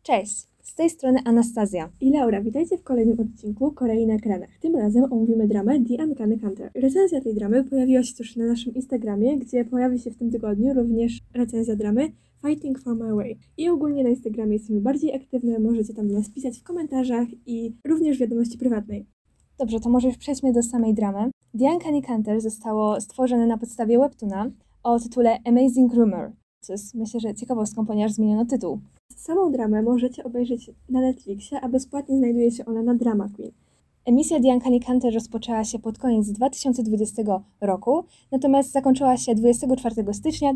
Cześć, z tej strony Anastazja. I Laura, witajcie w kolejnym odcinku Korei na ekranach. Tym razem omówimy dramę The Uncanny Hunter. Recenzja tej dramy pojawiła się też na naszym Instagramie, gdzie pojawi się w tym tygodniu również recenzja dramy Fighting for My Way. I ogólnie na Instagramie jesteśmy bardziej aktywne, możecie tam do nas pisać w komentarzach i również w wiadomości prywatnej. Dobrze, to może już przejdźmy do samej dramy. The Uncanny Hunter zostało stworzone na podstawie webtoona o tytule Amazing Rumor, co jest, myślę, że ciekawostką, ponieważ zmieniono tytuł. Samą dramę możecie obejrzeć na Netflixie, a bezpłatnie znajduje się ona na Drama Queen. Emisja The Uncanny Hunter rozpoczęła się pod koniec 2020 roku, natomiast zakończyła się 24 stycznia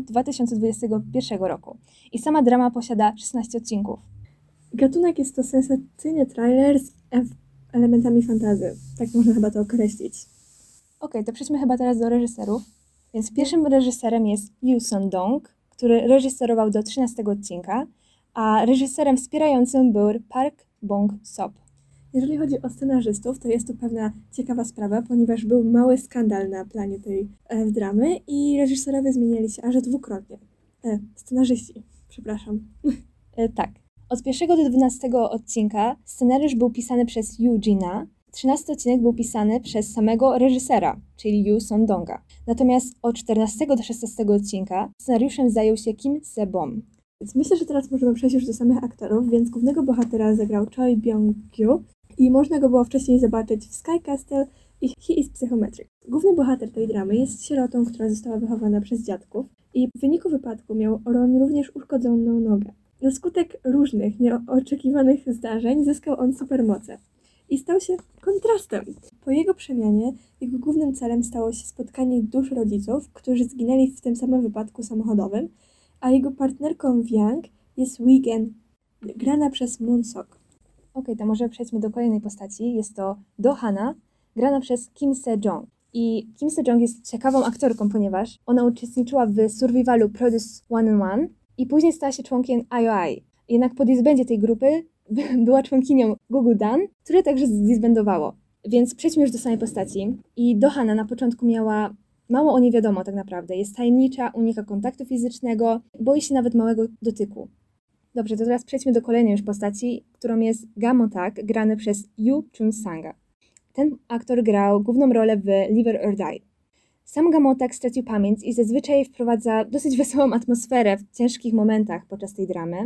2021 roku. I sama drama posiada 16 odcinków. Gatunek jest to sensacyjny thriller z elementami fantasy. Tak można chyba to określić. Okej, to przejdźmy chyba teraz do reżyserów. Więc pierwszym reżyserem jest Yoo Son-dong, który reżyserował do 13 odcinka, a reżyserem wspierającym był Park Bong-sop. Jeżeli chodzi o scenarzystów, to jest to pewna ciekawa sprawa, ponieważ był mały skandal na planie tej dramy i reżyserowie zmieniali się aż dwukrotnie. Scenarzyści, przepraszam. Tak. Od 1 do 12 odcinka scenariusz był pisany przez Yoo Jina, 13 odcinek był pisany przez samego reżysera, czyli Yoo Son-donga. Natomiast od 14 do 16 odcinka scenariuszem zajął się Kim Se-bom. Więc myślę, że teraz możemy przejść już do samych aktorów, więc głównego bohatera zagrał Choi Byung-gyu i można go było wcześniej zobaczyć w Sky Castle i He is Psychometric. Główny bohater tej dramy jest sierotą, która została wychowana przez dziadków i w wyniku wypadku miał on również uszkodzoną nogę. Na skutek różnych, nieoczekiwanych zdarzeń zyskał on supermoce i stał się kontrastem. Po jego przemianie jego głównym celem stało się spotkanie dusz rodziców, którzy zginęli w tym samym wypadku samochodowym, a jego partnerką w Yang jest Wee-gen, grana przez Moon Sok. Okej, to może przejdźmy do kolejnej postaci. Jest to Do-hana, grana przez Kim Se-jong. I Kim Se-jong jest ciekawą aktorką, ponieważ ona uczestniczyła w survivalu Produce 1&1 i później stała się członkiem IOI. Jednak po disbandzie tej grupy była członkinią Gugudan, które także zdisbandowało. Więc przejdźmy już do samej postaci. I Do-hana na początku miała mało o niej wiadomo tak naprawdę. Jest tajemnicza, unika kontaktu fizycznego, boi się nawet małego dotyku. Dobrze, to teraz przejdźmy do kolejnej już postaci, którą jest Ga Mo-tak, grany przez Yoo Chun-sanga. Ten aktor grał główną rolę w Live or Die. Sam Ga Mo-tak stracił pamięć i zazwyczaj wprowadza dosyć wesołą atmosferę w ciężkich momentach podczas tej dramy.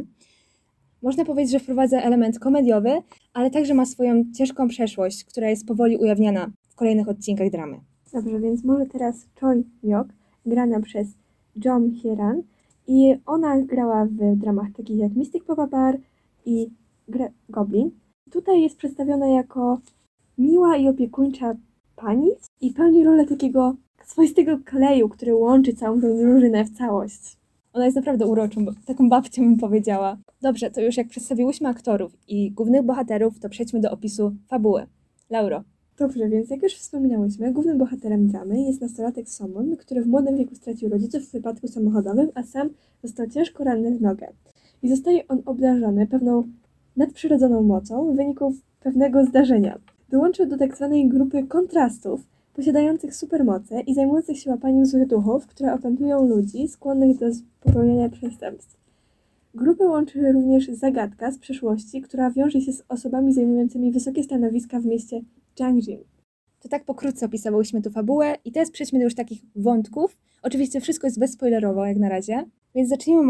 Można powiedzieć, że wprowadza element komediowy, ale także ma swoją ciężką przeszłość, która jest powoli ujawniana w kolejnych odcinkach dramy. Dobrze, więc może teraz Choi Myok, grana przez Jong Hye-ran, i ona grała w dramach takich jak Mystic Papa Bar i Goblin. Tutaj jest przedstawiona jako miła i opiekuńcza pani i pełni rolę takiego swoistego kleju, który łączy całą tę drużynę w całość. Ona jest naprawdę uroczą, taką babcią bym powiedziała. Dobrze, to już jak przedstawiłyśmy aktorów i głównych bohaterów, to przejdźmy do opisu fabuły. Lauro. Dobrze, więc jak już wspominałyśmy, głównym bohaterem dramy jest nastolatek Somon, który w młodym wieku stracił rodziców w wypadku samochodowym, a sam został ciężko ranny w nogę. I zostaje on obdarzony pewną nadprzyrodzoną mocą w wyniku pewnego zdarzenia. Dołączył do tak zwanej grupy kontrastów, posiadających supermoce i zajmujących się łapaniem złych duchów, które opętują ludzi skłonnych do popełniania przestępstw. Grupę łączy również zagadka z przeszłości, która wiąże się z osobami zajmującymi wysokie stanowiska w mieście Jiangxin. To tak pokrótce opisałyśmy tu fabułę i teraz przejdźmy do już takich wątków. Oczywiście wszystko jest bezspoilerowo jak na razie, więc zacznijmy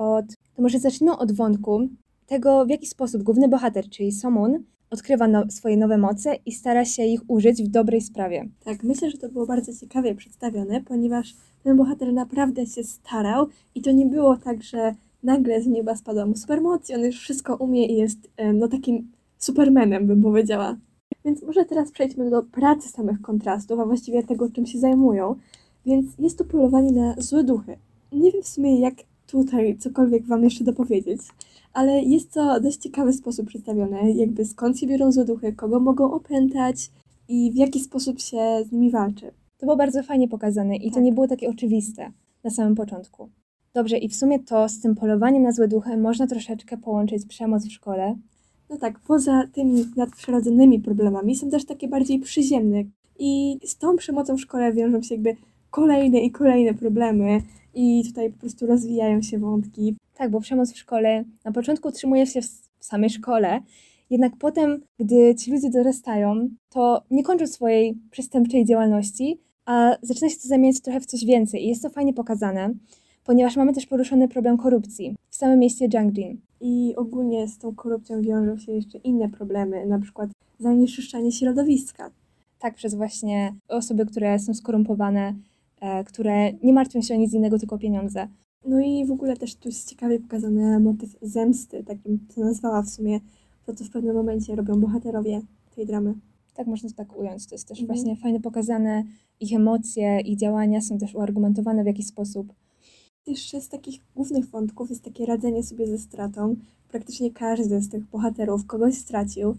może od wątku tego, w jaki sposób główny bohater, czyli Somun, odkrywa swoje nowe moce i stara się ich użyć w dobrej sprawie. Tak, myślę, że to było bardzo ciekawie przedstawione, ponieważ ten bohater naprawdę się starał i to nie było tak, że nagle z nieba spadła mu supermoc i on już wszystko umie i jest takim supermanem, bym powiedziała. Więc może teraz przejdźmy do pracy samych kontrastów, a właściwie tego, czym się zajmują. Więc jest to polowanie na złe duchy. Nie wiem w sumie, jak tutaj cokolwiek wam jeszcze dopowiedzieć, ale jest to dość ciekawy sposób przedstawione, jakby skąd się biorą złe duchy, kogo mogą opętać i w jaki sposób się z nimi walczy. To było bardzo fajnie pokazane i to nie było takie oczywiste na samym początku. Dobrze, i w sumie to z tym polowaniem na złe duchy można troszeczkę połączyć przemoc w szkole. No tak, poza tymi nadprzyrodzonymi problemami są też takie bardziej przyziemne i z tą przemocą w szkole wiążą się jakby kolejne i kolejne problemy i tutaj po prostu rozwijają się wątki. Tak, bo przemoc w szkole na początku utrzymuje się w w samej szkole. Jednak potem, gdy ci ludzie dorastają, to nie kończą swojej przestępczej działalności, a zaczyna się to zamieniać trochę w coś więcej. I jest to fajnie pokazane, ponieważ mamy też poruszony problem korupcji w samym mieście Jiangyin. I ogólnie z tą korupcją wiążą się jeszcze inne problemy, na przykład zanieczyszczanie środowiska. Tak, przez właśnie osoby, które są skorumpowane, które nie martwią się o nic innego, tylko o pieniądze. No i w ogóle też tu jest ciekawie pokazany motyw zemsty, tak bym to nazwała w sumie, to co w pewnym momencie robią bohaterowie tej dramy. Tak można to tak ująć. To jest też Mhm. właśnie fajnie pokazane, ich emocje, ich działania są też uargumentowane w jakiś sposób. Jeszcze z takich głównych wątków jest takie radzenie sobie ze stratą. Praktycznie każdy z tych bohaterów kogoś stracił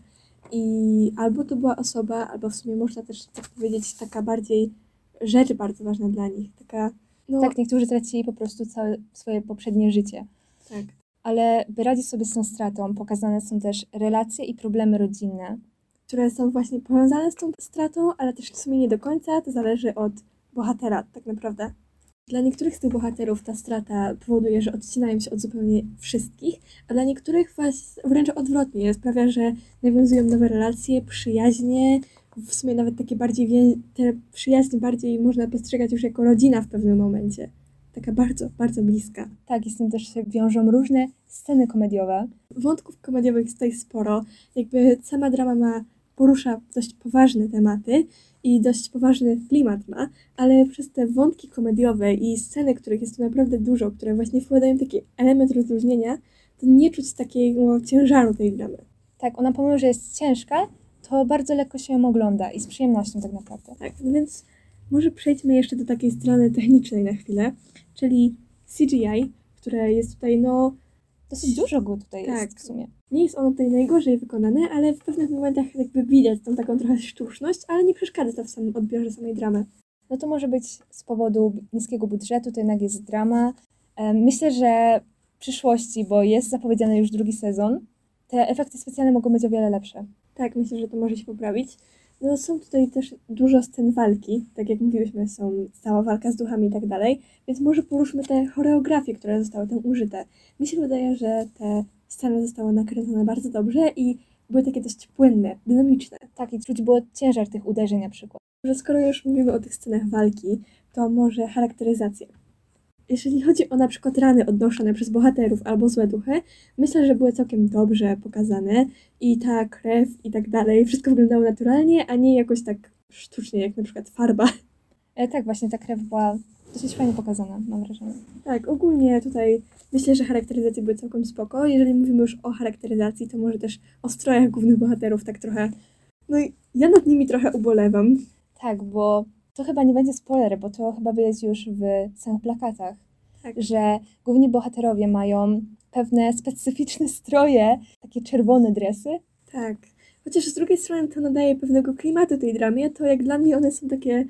i albo to była osoba, albo w sumie można też tak powiedzieć taka bardziej rzecz bardzo ważna dla nich. Taka, no Tak, niektórzy tracili po prostu całe swoje poprzednie życie. tak. Ale by radzić sobie z tą stratą, pokazane są też relacje i problemy rodzinne. Które są właśnie powiązane z tą stratą, ale też w sumie nie do końca, to zależy od bohatera tak naprawdę. Dla niektórych z tych bohaterów ta strata powoduje, że odcinają się od zupełnie wszystkich, a dla niektórych wręcz odwrotnie, sprawia, że nawiązują nowe relacje, przyjaźnie, w sumie nawet takie bardziej, te przyjaźnie bardziej można postrzegać już jako rodzina w pewnym momencie. Taka bardzo, bardzo bliska. Tak, i z tym też się wiążą różne sceny komediowe. Wątków komediowych jest tutaj sporo. Jakby sama drama porusza dość poważne tematy i dość poważny klimat ma, ale przez te wątki komediowe i sceny, których jest tu naprawdę dużo, które właśnie wkładają taki element rozluźnienia, to nie czuć takiego ciężaru tej dramy. Tak, ona pomimo, że jest ciężka, to bardzo lekko się ją ogląda i z przyjemnością tak naprawdę. Tak, no więc może przejdźmy jeszcze do takiej strony technicznej na chwilę, czyli CGI, które jest tutaj, no, Dosyć dużo go tutaj Tak. jest w sumie. nie jest ono tutaj najgorzej wykonane, ale w pewnych momentach jakby widać tą taką trochę sztuczność, ale nie przeszkadza to w samym odbiorze samej dramy. No to może być z powodu niskiego budżetu, to jednak jest drama. Myślę, że w przyszłości, bo jest zapowiedziany już drugi sezon, te efekty specjalne mogą być o wiele lepsze. Tak, myślę, że to może się poprawić. No są tutaj też dużo scen walki, tak jak mówiłyśmy, są cała walka z duchami i tak dalej, więc może poruszmy te choreografie, które zostały tam użyte. Mi się wydaje, że te sceny zostały nakręcone bardzo dobrze i były takie dość płynne, dynamiczne. Tak, i czuć było ciężar tych uderzeń na przykład. Że skoro już mówimy o tych scenach walki, to może charakteryzacja. Jeżeli chodzi o na przykład rany odnoszone przez bohaterów albo złe duchy, myślę, że były całkiem dobrze pokazane i ta krew i tak dalej, wszystko wyglądało naturalnie, a nie jakoś tak sztucznie, jak na przykład farba. Tak, właśnie ta krew była dosyć fajnie pokazana, mam wrażenie. Tak, ogólnie tutaj myślę, że charakteryzacje były całkiem spoko. Jeżeli mówimy już o charakteryzacji, to może też o strojach głównych bohaterów tak trochę... No i ja nad nimi trochę ubolewam. Tak, bo to chyba nie będzie spoiler, bo to chyba widać już w samych plakatach, Tak. że główni bohaterowie mają pewne specyficzne stroje, takie czerwone dresy. Tak. Chociaż z drugiej strony to nadaje pewnego klimatu tej dramie, to jak dla mnie one są takie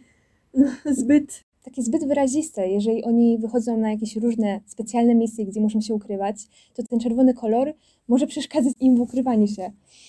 zbyt... Takie zbyt wyraziste. Jeżeli oni wychodzą na jakieś różne specjalne miejsca, gdzie muszą się ukrywać, to ten czerwony kolor może przeszkadzać im w ukrywaniu się.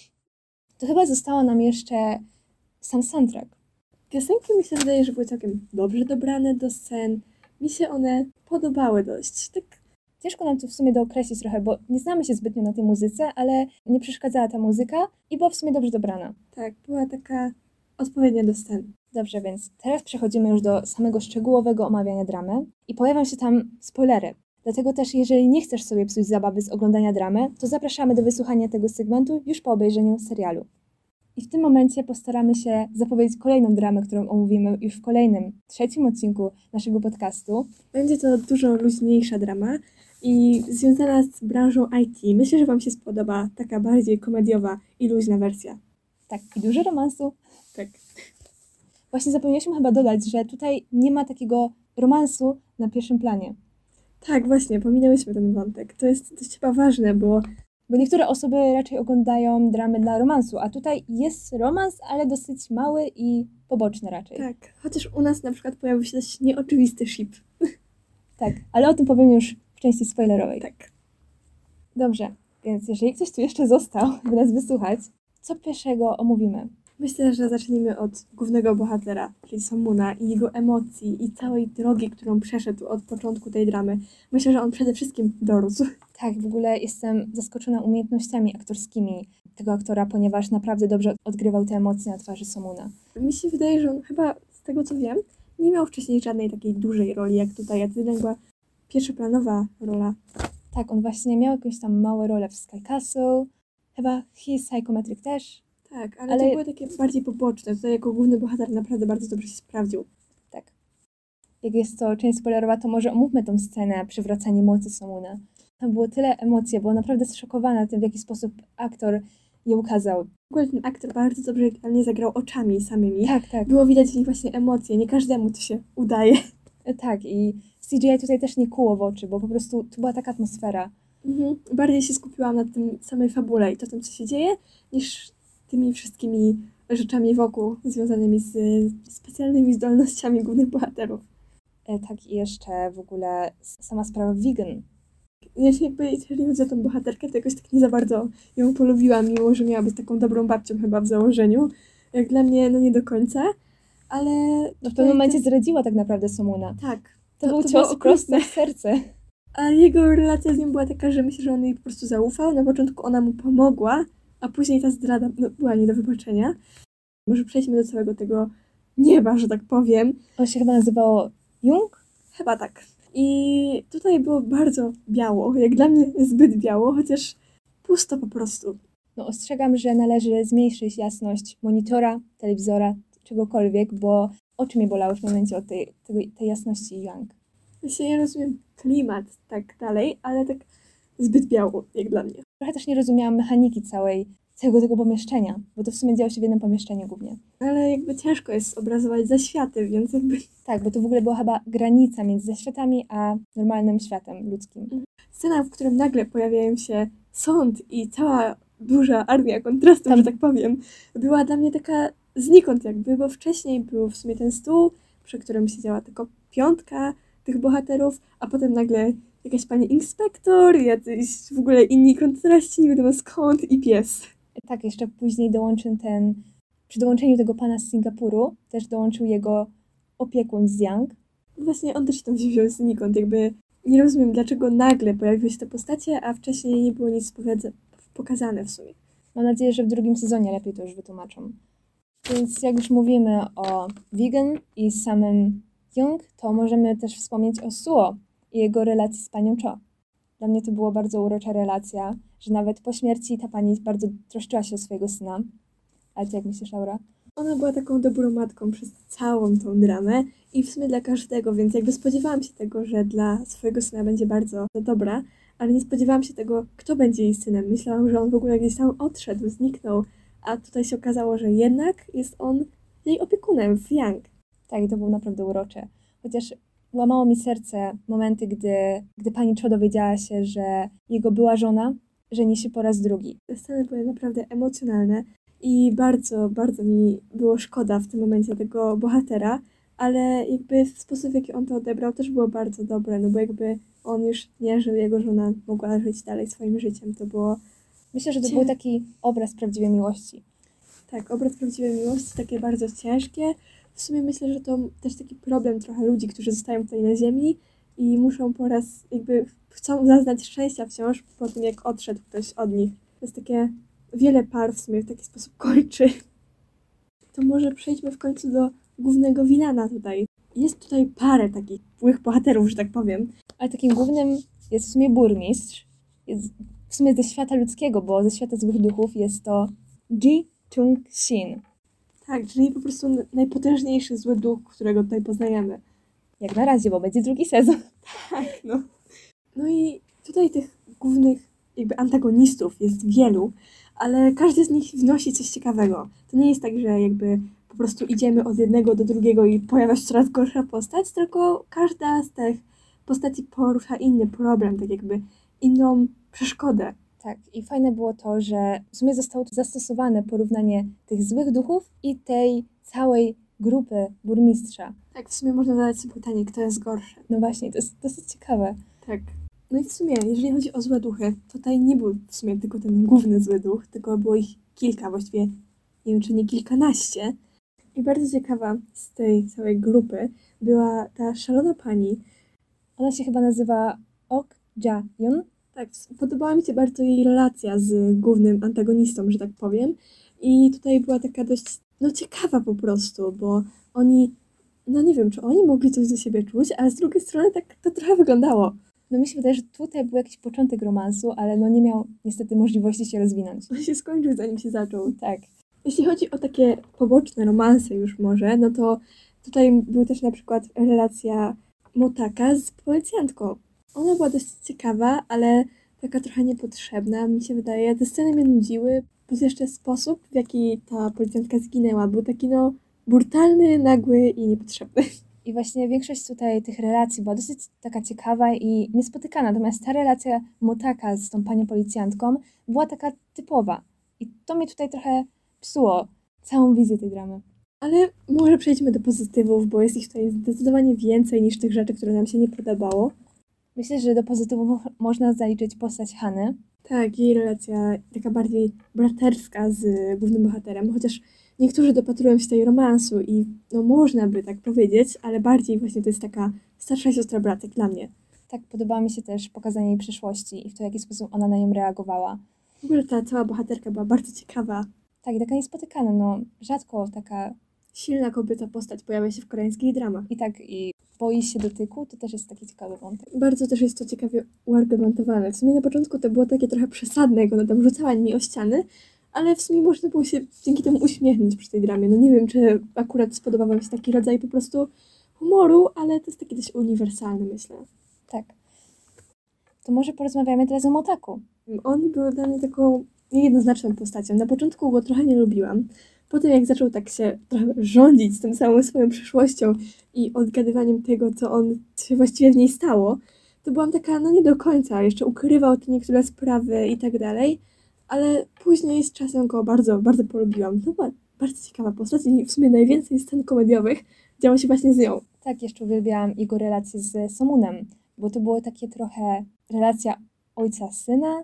To chyba zostało nam jeszcze sam soundtrack. Piosenki mi się wydaje, że były całkiem dobrze dobrane do scen. Mi się one podobały dość. Tak, Ciężko nam to w sumie dookreślić trochę, bo nie znamy się zbytnio na tej muzyce, ale nie przeszkadzała ta muzyka i była w sumie dobrze dobrana. tak, była taka odpowiednia do scen. Dobrze, więc teraz przechodzimy już do samego szczegółowego omawiania dramy i pojawią się tam spoilery. Dlatego też, jeżeli nie chcesz sobie psuć zabawy z oglądania dramy, to zapraszamy do wysłuchania tego segmentu już po obejrzeniu serialu. I w tym momencie postaramy się zapowiedzieć kolejną dramę, którą omówimy już w kolejnym, trzecim odcinku naszego podcastu. Będzie to dużo luźniejsza drama i związana z branżą IT. Myślę, że Wam się spodoba taka bardziej komediowa i luźna wersja. Tak, i dużo romansu. Tak. Właśnie zapomnieliśmy chyba dodać, że tutaj nie ma takiego romansu na pierwszym planie. Tak, właśnie, pominęłyśmy ten wątek. To jest dość chyba ważne, bo Bo niektóre osoby raczej oglądają dramy dla romansu, a tutaj jest romans, ale dosyć mały i poboczny raczej. tak, chociaż u nas na przykład pojawił się dość nieoczywisty ship. Tak, ale o tym powiem już w części spoilerowej. Tak. Dobrze, więc jeżeli ktoś tu jeszcze został, by nas wysłuchać, co pierwszego omówimy? Myślę, że zacznijmy od głównego bohatera, czyli Somuna i jego emocji i całej drogi, którą przeszedł od początku tej dramy. Myślę, że on przede wszystkim dorósł. Tak, w ogóle jestem zaskoczona umiejętnościami aktorskimi tego aktora, ponieważ naprawdę dobrze odgrywał te emocje na twarzy Somuna. Mi się wydaje, że on chyba, z tego co wiem, nie miał wcześniej żadnej takiej dużej roli jak tutaj, a to jednak była pierwszoplanowa rola. Tak, on właśnie miał jakąś tam małą rolę w Sky Castle, chyba His Psychometric też. Tak, ale Ale- to były takie bardziej poboczne. Tutaj jako główny bohater naprawdę bardzo dobrze się sprawdził. Tak. Jak jest to część spoilerowa, to może omówmy tą scenę przywracania mocy Somuna. Tam było tyle emocji, była naprawdę zszokowana tym, w jaki sposób aktor je ukazał. W ogóle ten aktor bardzo dobrze dla mnie zagrał oczami samymi. Tak, tak. Było widać w nich właśnie emocje, nie każdemu to się udaje. Tak, i CGI tutaj też nie kuło w oczy, bo po prostu tu była taka atmosfera. Bardziej się skupiłam na tym samej fabule i to tym, co się dzieje, niż tymi wszystkimi rzeczami wokół związanymi z specjalnymi zdolnościami głównych bohaterów. Tak, i jeszcze w ogóle sama sprawa vegan. Jeżeli chodzi o tą bohaterkę, to jakoś tak nie za bardzo ją polubiłam, mimo że miała być taką dobrą babcią chyba w założeniu. Jak dla mnie, no nie do końca, ale... No w pewnym momencie zdradziła tak naprawdę Somuna. Tak. To był było cios prosto okrutne. w serce. A jego relacja z nią była taka, że myślę, że on jej po prostu zaufał. Na początku ona mu pomogła, a później ta zdrada była nie do wybaczenia. Może przejdźmy do całego tego nieba, że tak powiem. On się chyba nazywało Jung? Chyba tak. I tutaj było bardzo biało, jak dla mnie zbyt biało, chociaż pusto po prostu. No ostrzegam, że należy zmniejszyć jasność monitora, telewizora, czegokolwiek, bo oczy mnie bolały w momencie od tej jasności Young. Właśnie ja rozumiem klimat, tak dalej, ale tak zbyt biało, jak dla mnie. Trochę też nie rozumiałam mechaniki całego tego pomieszczenia, bo to w sumie działo się w jednym pomieszczeniu głównie. Ale jakby ciężko jest obrazować zaświaty, więc jakby... Tak, bo to w ogóle była chyba granica między zaświatami a normalnym światem ludzkim. Scena, w którym nagle pojawiają się sąd i cała duża armia kontrastów, Tam- że tak powiem, była dla mnie taka znikąd jakby, bo wcześniej był w sumie ten stół, przy którym siedziała tylko 5 tych bohaterów, a potem nagle jakaś pani inspektor, jacyś w ogóle inni kontraści, nie wiadomo skąd i pies. Tak, jeszcze później przy dołączeniu tego pana z Singapuru też dołączył jego opiekun z Young. Właśnie on też się tam wziął znikąd, jakby nie rozumiem, dlaczego nagle pojawiły się te postacie, a wcześniej nie było nic pokazane w sumie. Mam nadzieję, że w drugim sezonie lepiej to już wytłumaczą. Więc jak już mówimy o Vegan i samym Young, to możemy też wspomnieć o Suo i jego relacji z panią Cho. Dla mnie to była bardzo urocza relacja, że nawet po śmierci ta pani bardzo troszczyła się o swojego syna. A ty jak myślisz, Laura? Ona była taką dobrą matką przez całą tą dramę i w sumie dla każdego, więc jakby spodziewałam się tego, że dla swojego syna będzie bardzo dobra, ale nie spodziewałam się tego, kto będzie jej synem. Myślałam, że on w ogóle gdzieś tam odszedł, zniknął, a tutaj się okazało, że jednak jest on jej opiekunem w Young. Tak, i to było naprawdę urocze. Chociaż łamało mi serce momenty, gdy pani Cho dowiedziała się, że jego była żona żeni się po raz drugi. Te sceny były naprawdę emocjonalne i bardzo, bardzo mi było szkoda w tym momencie tego bohatera, ale jakby sposób, w jaki on to odebrał, też było bardzo dobre, no bo jakby on już nie żył, jego żona mogła żyć dalej swoim życiem. To było, Myślę, że to Cie- był taki obraz prawdziwej miłości. tak, obraz prawdziwej miłości, takie bardzo ciężkie. W sumie myślę, że to też taki problem trochę ludzi, którzy zostają tutaj na ziemi i muszą po raz, jakby chcą zaznać szczęścia wciąż po tym, jak odszedł ktoś od nich. To jest takie, wiele par w sumie w taki sposób kończy. To może przejdźmy w końcu do głównego wilana tutaj. Jest tutaj parę takich złych bohaterów, że tak powiem. Ale takim głównym jest w sumie burmistrz. Jest w sumie ze świata ludzkiego, bo ze świata złych duchów jest to Ji Chung-shin. Tak, czyli po prostu najpotężniejszy zły duch, którego tutaj poznajemy. Jak na razie, bo będzie drugi sezon. Tak, no. No i tutaj tych głównych jakby antagonistów jest wielu, ale każdy z nich wnosi coś ciekawego. To nie jest tak, że jakby po prostu idziemy od jednego do drugiego i pojawia się coraz gorsza postać, tylko każda z tych postaci porusza inny problem, tak jakby inną przeszkodę. Tak, i fajne było to, że w sumie zostało tu zastosowane porównanie tych złych duchów i tej całej grupy burmistrza. Tak, w sumie można zadać sobie pytanie, kto jest gorszy. No właśnie, to jest dosyć ciekawe. Tak. No i w sumie, jeżeli chodzi o złe duchy, to tutaj nie był w sumie tylko ten główny zły duch, tylko było ich kilka, właściwie nie wiem czy nie kilkanaście. I bardzo ciekawa z tej całej grupy była ta szalona pani. Ona się chyba nazywa Ok Ja-yun. Tak, podobała mi się bardzo jej relacja z głównym antagonistą, że tak powiem. I tutaj była taka dość, ciekawa po prostu, bo oni, nie wiem, czy oni mogli coś do siebie czuć, ale z drugiej strony tak to trochę wyglądało. No mi się wydaje, że tutaj był jakiś początek romansu, ale no nie miał niestety możliwości się rozwinąć. On się skończył, zanim się zaczął. Tak. Jeśli chodzi o takie poboczne romanse już może, no to tutaj był też na przykład relacja Motaka z policjantką. Ona była dość ciekawa, ale taka trochę niepotrzebna, mi się wydaje. Te sceny mnie nudziły, plus jeszcze sposób, w jaki ta policjantka zginęła, był taki brutalny, nagły i niepotrzebny. I właśnie większość tutaj tych relacji była dosyć taka ciekawa i niespotykana, natomiast ta relacja Motaka z tą panią policjantką była taka typowa. I to mi tutaj trochę psuło całą wizję tej dramy. Ale może przejdźmy do pozytywów, bo jest ich tutaj zdecydowanie więcej niż tych rzeczy, które nam się nie podobało. Myślę, że do pozytywów można zaliczyć postać Hany. Tak, jej relacja taka bardziej braterska z głównym bohaterem, chociaż niektórzy dopatrują się tej romansu i można by tak powiedzieć, ale bardziej właśnie to jest taka starsza siostra bratek dla mnie. Tak, podobało mi się też pokazanie jej przyszłości i w to, w jaki sposób ona na nią reagowała. W ogóle ta cała bohaterka była bardzo ciekawa. Tak, i taka niespotykana, rzadko taka... Silna kobieca postać pojawia się w koreańskich dramach. I boi się dotyku, to też jest taki ciekawy wątek. Bardzo też jest to ciekawie uargumentowane. W sumie na początku to było takie trochę przesadne, jak ona tam rzucała nimi o ściany, ale w sumie można było się dzięki temu uśmiechnąć przy tej dramie. Nie wiem, czy akurat spodobał wam się taki rodzaj po prostu humoru, ale to jest taki dość uniwersalny, myślę. Tak. To może porozmawiamy teraz o Motaku. On był dla mnie taką niejednoznaczną postacią. Na początku go trochę nie lubiłam. Potem jak zaczął tak się trochę rządzić z tą całą swoją przyszłością i odgadywaniem tego, co się właściwie w niej stało, to byłam taka, nie do końca, jeszcze ukrywał te niektóre sprawy i tak dalej, ale później z czasem go bardzo, bardzo polubiłam. To była bardzo ciekawa postać i w sumie najwięcej scen komediowych działo się właśnie z nią. Tak, jeszcze uwielbiałam jego relację z Somunem, bo to było takie trochę relacja ojca-syna.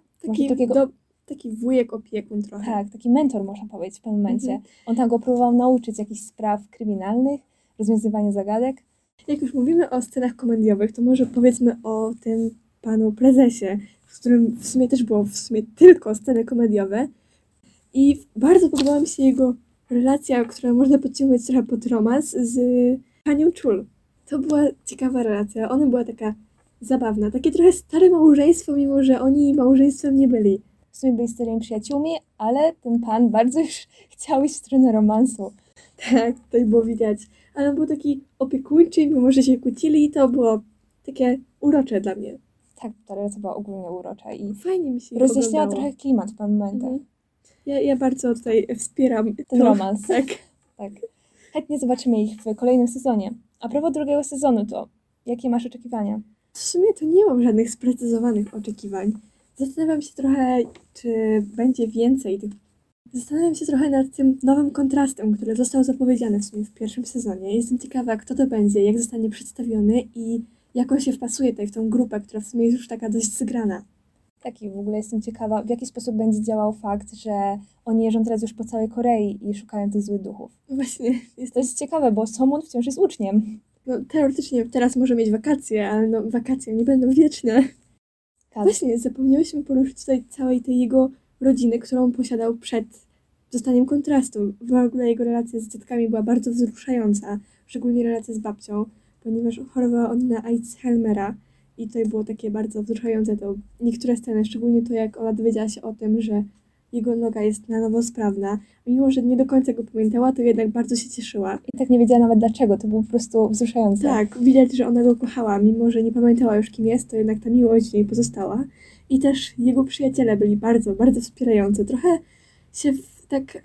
Taki wujek opiekun trochę. Tak, taki mentor można powiedzieć w pewnym momencie. On tam go próbował nauczyć jakichś spraw kryminalnych, rozwiązywania zagadek. Jak już mówimy o scenach komediowych, to może powiedzmy o tym panu prezesie, w którym w sumie też było tylko sceny komediowe. I bardzo podobała mi się jego relacja, którą można podciągnąć trochę pod romans z panią Chul. To była ciekawa relacja. Ona była taka zabawna. Takie trochę stare małżeństwo, mimo że oni małżeństwem nie byli. W sumie byli starymi przyjaciółmi, ale ten pan bardzo już chciał iść w stronę romansu. Tak, tutaj było widać. Ale on był taki opiekuńczy, mimo że się kłócili, to było takie urocze dla mnie. Tak, ta relacja była ogólnie urocza i fajnie mi się rozjaśniała oglądało. trochę klimat w pewnym momencie. Ja bardzo tutaj wspieram Ten romans. Tak. Tak. Chętnie zobaczymy ich w kolejnym sezonie. A propos drugiego sezonu, to jakie masz oczekiwania? W sumie to nie mam żadnych sprecyzowanych oczekiwań. Zastanawiam się trochę, czy będzie więcej tych. Zastanawiam się trochę nad tym nowym kontrastem, który został zapowiedziany w sumie w pierwszym sezonie. Jestem ciekawa, kto to będzie, jak zostanie przedstawiony i jak on się wpasuje tutaj w tą grupę, która w sumie jest już taka dość zgrana. Tak, i w ogóle jestem ciekawa, w jaki sposób będzie działał fakt, że oni jeżdżą teraz już po całej Korei i szukają tych złych duchów. Właśnie, To jest ciekawe, bo Somun wciąż jest uczniem. teoretycznie teraz może mieć wakacje, ale wakacje nie będą wieczne. Tak. Właśnie, zapomniałyśmy poruszyć tutaj całej tej jego rodziny, którą posiadał przed dostaniem kontrastu. W ogóle jego relacja z dzietkami była bardzo wzruszająca, szczególnie relacja z babcią, ponieważ chorowała on na Alzheimera i to było takie bardzo wzruszające. To niektóre sceny, szczególnie to, jak ona dowiedziała się o tym, że jego noga jest na nowo sprawna. Mimo że nie do końca go pamiętała, to jednak bardzo się cieszyła. I tak nie wiedziała nawet dlaczego, to było po prostu wzruszające. Tak, widać, że ona go kochała, mimo że nie pamiętała już kim jest, to jednak ta miłość w niej pozostała. I też jego przyjaciele byli bardzo, bardzo wspierający. Trochę się tak...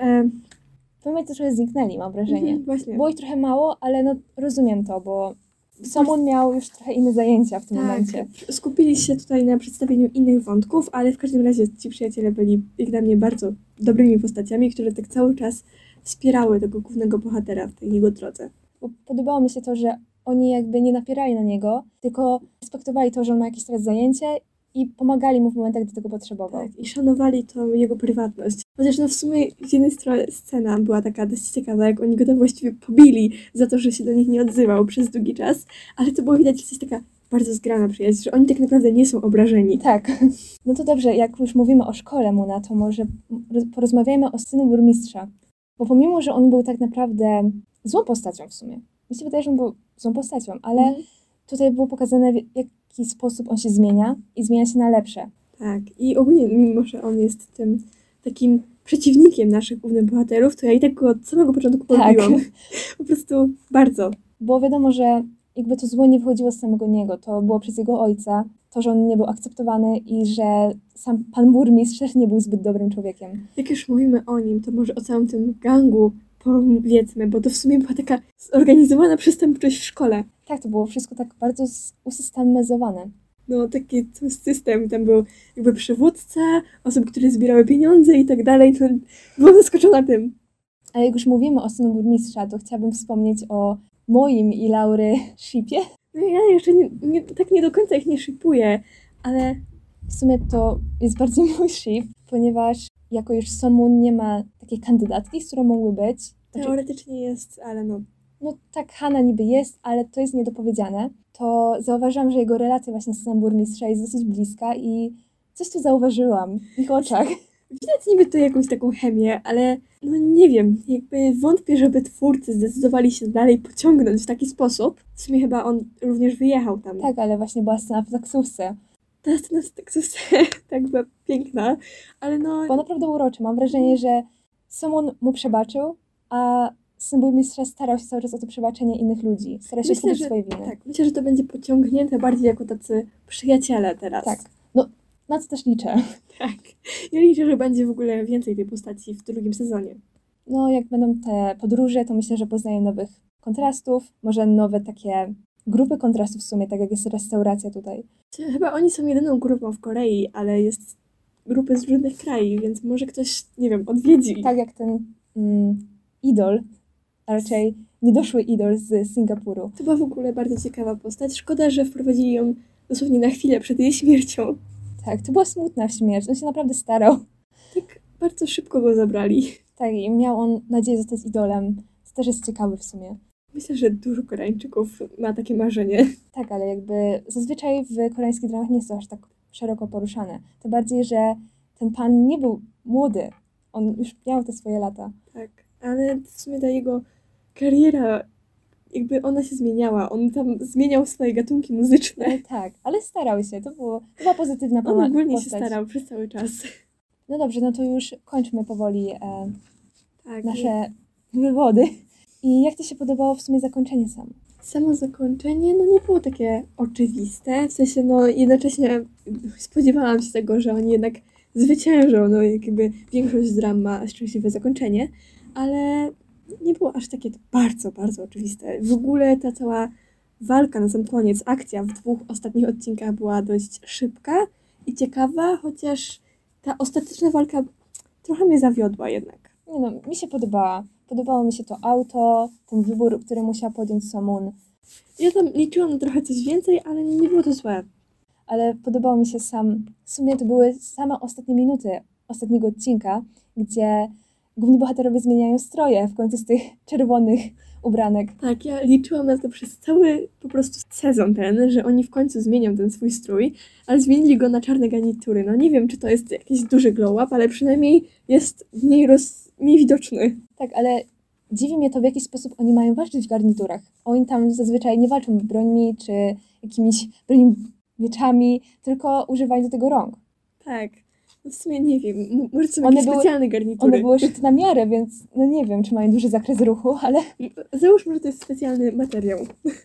W pewnym momencie trochę zniknęli, mam wrażenie. Właśnie. Było ich trochę mało, ale rozumiem to, bo Somun miał już trochę inne zajęcia w tym momencie. Skupili się tutaj na przedstawieniu innych wątków, ale w każdym razie ci przyjaciele byli jak dla mnie bardzo dobrymi postaciami, które tak cały czas wspierały tego głównego bohatera w tej jego drodze. Bo podobało mi się to, że oni jakby nie napierali na niego, tylko respektowali to, że on ma jakieś teraz zajęcie i pomagali mu w momentach, gdy tego potrzebował. Tak, i szanowali tą jego prywatność. Chociaż no w sumie z jednej strony scena była taka dość ciekawa, jak oni go tam właściwie pobili za to, że się do nich nie odzywał przez długi czas, ale to było widać, że to jest taka bardzo zgrana przyjaźń, że oni tak naprawdę nie są obrażeni. Tak. No to dobrze, jak już mówimy o szkole Muna, to może porozmawiajmy o synu burmistrza. Bo pomimo, że on był tak naprawdę złą postacią w sumie. Mi się wydaje, że on był złą postacią, ale tutaj było pokazane, w jaki sposób on się zmienia i zmienia się na lepsze. Tak, i ogólnie mimo, że on jest tym takim przeciwnikiem naszych głównych bohaterów, to ja i tak go od samego początku polubiłam. Po prostu bardzo. Bo wiadomo, że jakby to zło nie wychodziło z samego niego, to było przez jego ojca, to, że on nie był akceptowany i że sam pan burmistrz też nie był zbyt dobrym człowiekiem. Jak już mówimy o nim, to może o całym tym gangu powiedzmy, bo to w sumie była taka zorganizowana przestępczość w szkole. Tak, to było wszystko tak bardzo usystematyzowane. No taki cały system, tam był jakby przywódca, osoby, które zbierały pieniądze i tak dalej, to byłam zaskoczona tym. Ale jak już mówimy o synu burmistrza, to chciałabym wspomnieć o moim i Laury shipie. No ja jeszcze tak nie do końca ich nie szypuję, ale W sumie to jest bardziej mój ship, ponieważ jako już Somun nie ma takiej kandydatki, z którą mógłby być. teoretycznie jest, ale no No tak, Hana niby jest, ale to jest niedopowiedziane. To zauważyłam, że jego relacja właśnie z synem burmistrza jest dosyć bliska i coś tu zauważyłam w ich oczach. widać niby to jakąś taką chemię, ale no nie wiem, jakby wątpię, żeby twórcy zdecydowali się dalej pociągnąć w taki sposób. W sumie chyba on również wyjechał tam. Tak, ale właśnie była scena w taksówce. Ta scena w taksówce tak była piękna, ale no Była naprawdę uroczy. Mam wrażenie, że Somun mu przebaczył, a syn burmistrza starał się cały czas o to przebaczenie innych ludzi. Starał się odkupić swoje winy. tak, myślę, że to będzie pociągnięte bardziej jako tacy przyjaciele teraz. Tak. No, na co też liczę. Tak. Ja liczę, że będzie w ogóle więcej tej postaci w drugim sezonie. No, jak będą te podróże, to myślę, że poznają nowych kontrastów, może nowe takie grupy kontrastów w sumie, tak jak jest restauracja tutaj. Chyba oni są jedyną grupą w Korei, ale jest grupy z różnych krajów, więc może ktoś, nie wiem, odwiedzi. Tak jak ten idol, a raczej niedoszły idol z Singapuru. To była w ogóle bardzo ciekawa postać. Szkoda, że wprowadzili ją dosłownie na chwilę przed jej śmiercią. Tak, to była smutna śmierć, on się naprawdę starał. Tak bardzo szybko go zabrali. Tak, i miał on nadzieję zostać idolem, co też jest ciekawe w sumie. Myślę, że dużo Koreańczyków ma takie marzenie. Tak, ale jakby zazwyczaj w koreańskich dramach nie jest to aż tak szeroko poruszane. Tym bardziej, że ten pan nie był młody, on już miał te swoje lata. Tak, ale w sumie ta jego kariera, jakby ona się zmieniała. On tam zmieniał swoje gatunki muzyczne. Tak, ale starał się, to była pozytywna On ogólnie postać. się starał przez cały czas. No dobrze, no to już kończmy powoli Tak. nasze wywody. I jak Ci się podobało w sumie zakończenie samo? Samo zakończenie, no nie było takie oczywiste. W sensie, no jednocześnie spodziewałam się tego, że oni jednak zwyciężą, no jakby większość dram ma szczęśliwe zakończenie, ale nie było aż takie bardzo, bardzo oczywiste. W ogóle ta cała walka na sam koniec, akcja w 2 ostatnich odcinkach była dość szybka i ciekawa, chociaż ta ostateczna walka trochę mnie zawiodła jednak. Nie no, mi się podobała. Podobało mi się to auto, ten wybór, który musiała podjąć Somun, Ja tam liczyłam na trochę coś więcej, ale nie było to złe. ale podobało mi się w sumie to były same ostatnie minuty ostatniego odcinka, gdzie główni bohaterowie zmieniają stroje w końcu z tych czerwonych ubranek. Tak, ja liczyłam na to przez cały po prostu sezon ten, że oni w końcu zmienią ten swój strój, ale zmienili go na czarne garnitury. No nie wiem, czy to jest jakiś duży glow up, ale przynajmniej jest mniej widoczny. Tak, ale dziwi mnie to, w jaki sposób oni mają walczyć w garniturach. Oni tam zazwyczaj nie walczą brońmi czy jakimiś mieczami, tylko używają do tego rąk. Tak, no w sumie nie wiem, może są One jakieś były- specjalne garnitury. One były szyte na miarę, więc no nie wiem, czy mają duży zakres ruchu, ale Załóżmy, że to jest specjalny materiał.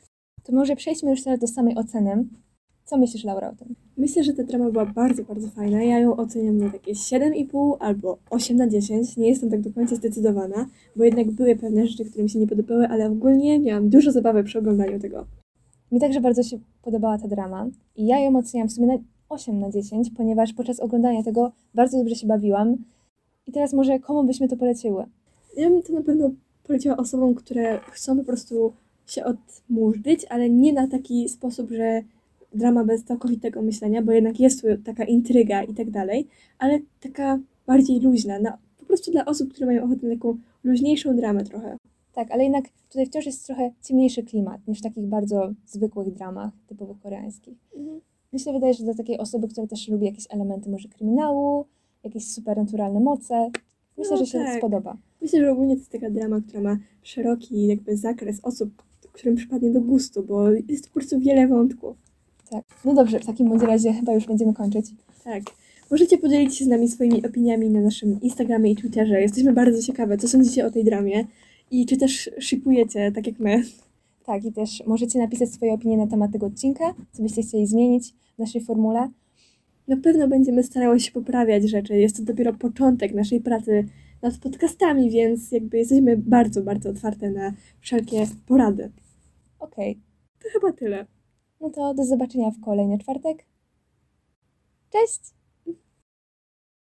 to może przejdźmy już teraz do samej oceny. Co myślisz, Laura, o tym? Myślę, że ta drama była bardzo, bardzo fajna. Ja ją oceniam na takie 7,5 albo 8/10. Nie jestem tak do końca zdecydowana, bo jednak były pewne rzeczy, które mi się nie podobały, ale ogólnie miałam dużo zabawy przy oglądaniu tego. Mi także bardzo się podobała ta drama i ja ją oceniam w sumie na 8/10, ponieważ podczas oglądania tego bardzo dobrze się bawiłam. I teraz może komu byśmy to poleciły? Ja bym to na pewno poleciła osobom, które chcą po prostu się odmurzyć, ale nie na taki sposób, że drama bez całkowitego myślenia, bo jednak jest tu taka intryga i tak dalej, ale taka bardziej luźna, po prostu dla osób, które mają ochotę na taką luźniejszą dramę trochę. Tak, ale jednak tutaj wciąż jest trochę ciemniejszy klimat niż w takich bardzo zwykłych dramach typowo koreańskich. Mi się wydaje, że dla takiej osoby, która też lubi jakieś elementy może kryminału, jakieś supernaturalne moce, myślę, że się tak. spodoba. Myślę, że ogólnie to jest taka drama, która ma szeroki jakby zakres osób, którym przypadnie do gustu, bo jest po prostu wiele wątków. Tak. No dobrze, w takim bądź razie chyba już będziemy kończyć. Tak. Możecie podzielić się z nami swoimi opiniami na naszym Instagramie i Twitterze. Jesteśmy bardzo ciekawe, co sądzicie o tej dramie i czy też shipujecie, tak jak my. Tak, i też możecie napisać swoje opinie na temat tego odcinka, co byście chcieli zmienić w naszej formule. Na pewno będziemy starały się poprawiać rzeczy. Jest to dopiero początek naszej pracy nad podcastami, więc jakby jesteśmy bardzo, bardzo otwarte na wszelkie porady. Okej, To chyba tyle. no to do zobaczenia w kolejny czwartek. Cześć!